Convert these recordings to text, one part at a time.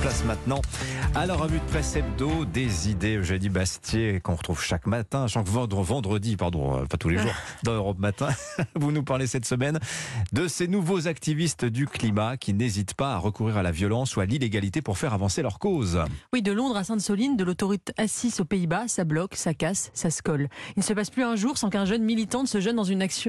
Place maintenant à la revue de presse hebdo des idées. Eugénie Bastier, qu'on retrouve chaque matin, chaque vendredi, pas tous les jours, dans Europe Matin. Vous nous parlez cette semaine de ces nouveaux activistes du climat qui n'hésitent pas à recourir à la violence ou à l'illégalité pour faire avancer leur cause. Oui, de Londres à Sainte-Soline, de l'autoroute A6 aux Pays-Bas, ça bloque, ça casse, ça se colle. Il ne se passe plus un jour sans qu'un jeune militant ne se jette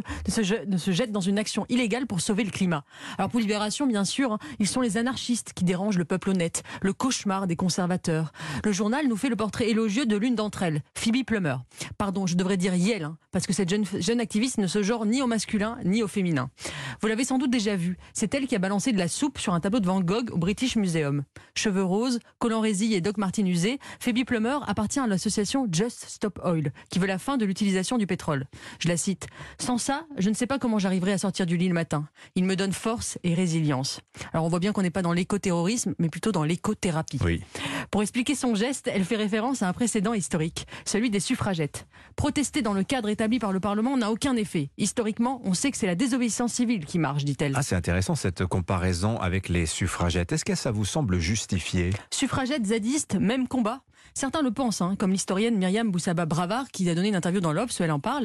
dans une action illégale pour sauver le climat. Alors pour Libération, bien sûr, ils sont les anarchistes qui dérangent le peuple honnête, le cauchemar des conservateurs. Le journal nous fait le portrait élogieux de l'une d'entre elles, Phoebe Plummer. Pardon, je devrais dire Yale, parce que cette jeune activiste ne se genre ni au masculin ni au féminin. Vous l'avez sans doute déjà vue, c'est elle qui a balancé de la soupe sur un tableau de Van Gogh au British Museum. Cheveux roses, collant résille et Doc Martin usé, Phoebe Plummer appartient à l'association Just Stop Oil, qui veut la fin de l'utilisation du pétrole. Je la cite, « Sans ça, je ne sais pas comment j'arriverai à sortir du lit le matin. Il me donne force et résilience. » Alors on voit bien qu'on n'est pas dans l'écoterrorisme, mais plutôt dans l'écothérapie. Oui. Pour expliquer son geste, elle fait référence à un précédent historique, celui des suffragettes. Protester dans le cadre établi par le Parlement n'a aucun effet. Historiquement, on sait que c'est la désobéissance civile qui marche, dit-elle. Ah, c'est intéressant cette comparaison avec les suffragettes. Est-ce que ça vous semble justifié ? Suffragettes, zadistes, même combat. Certains le pensent, comme l'historienne Myriam Boussaba-Bravard qui a donné une interview dans l'Obs où elle en parle.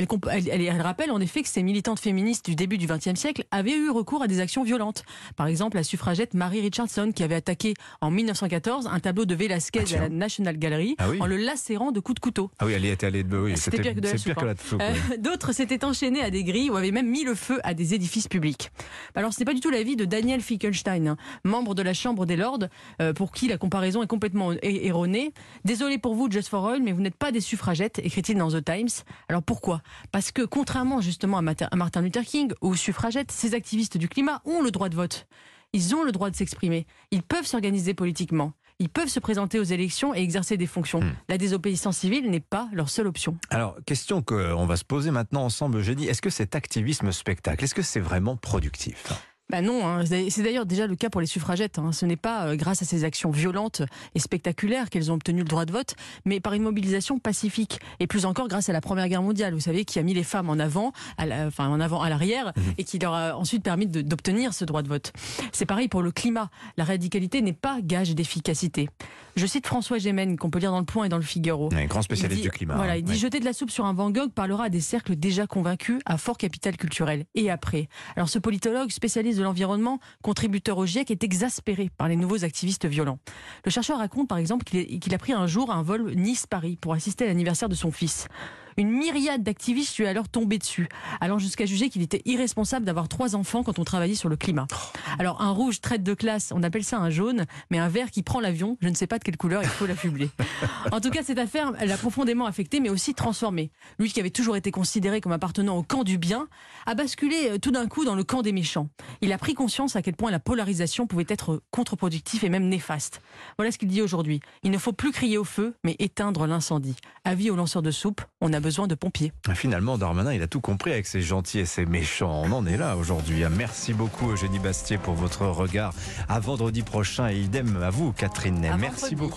Elle rappelle en effet que ces militantes féministes du début du XXe siècle avaient eu recours à des actions violentes. Par exemple, la suffragette Mary Richardson qui avait attaqué en 1914 un tableau de Velázquez à la National Gallery en le lacérant de coups de couteau. Ah oui, elle y était allée de... Oui, c'était pire que de la soupe. D'autres s'étaient enchaînés à des grilles ou avaient même mis le feu à des édifices publics. Alors ce n'est pas du tout l'avis de Daniel Finkelstein, membre de la Chambre des Lords, pour qui la comparaison est complètement erronée. Désolé pour vous, Just for Oil, mais vous n'êtes pas des suffragettes, écrit-il dans The Times. Alors pourquoi ? Parce que contrairement justement à Martin Luther King ou aux suffragettes, ces activistes du climat ont le droit de vote. Ils ont le droit de s'exprimer. Ils peuvent s'organiser politiquement. Ils peuvent se présenter aux élections et exercer des fonctions. La désobéissance civile n'est pas leur seule option. Alors, question qu'on va se poser maintenant ensemble, Eugénie. Est-ce que cet activisme spectacle, est-ce que c'est vraiment productif ? Non, c'est d'ailleurs déjà le cas pour les suffragettes. Ce n'est pas grâce à ces actions violentes et spectaculaires qu'elles ont obtenu le droit de vote, mais par une mobilisation pacifique. Et plus encore grâce à la Première Guerre mondiale, vous savez, qui a mis les femmes en avant à l'arrière, et qui leur a ensuite permis d'obtenir ce droit de vote. C'est pareil pour le climat. La radicalité n'est pas gage d'efficacité. Je cite François Gémen, qu'on peut lire dans Le Point et dans Le Figaro. Un grand spécialiste du climat. Voilà, il dit jeter de la soupe sur un Van Gogh parlera à des cercles déjà convaincus à fort capital culturel. Et après. Alors ce politologue spécialiste de l'environnement, contributeur au GIEC, est exaspéré par les nouveaux activistes violents. Le chercheur raconte par exemple qu'il a pris un jour un vol Nice-Paris pour assister à l'anniversaire de son fils. Une myriade d'activistes lui est alors tombée dessus, allant jusqu'à juger qu'il était irresponsable d'avoir 3 enfants quand on travaillait sur le climat. Alors un rouge traite de classe, on appelle ça un jaune, mais un vert qui prend l'avion, je ne sais pas de quelle couleur, il faut l'affubler. En tout cas, cette affaire l'a profondément affecté, mais aussi transformé. Lui qui avait toujours été considéré comme appartenant au camp du bien, a basculé tout d'un coup dans le camp des méchants. Il a pris conscience à quel point la polarisation pouvait être contre-productive et même néfaste. Voilà ce qu'il dit aujourd'hui. Il ne faut plus crier au feu, mais éteindre l'incendie. Avis aux lanceurs de soupe, on a besoin de pompiers. Finalement, Darmanin, il a tout compris avec ses gentils et ses méchants. On en est là aujourd'hui. Merci beaucoup, Eugénie Bastier, pour votre regard. À vendredi prochain et idem à vous, Catherine. Merci beaucoup.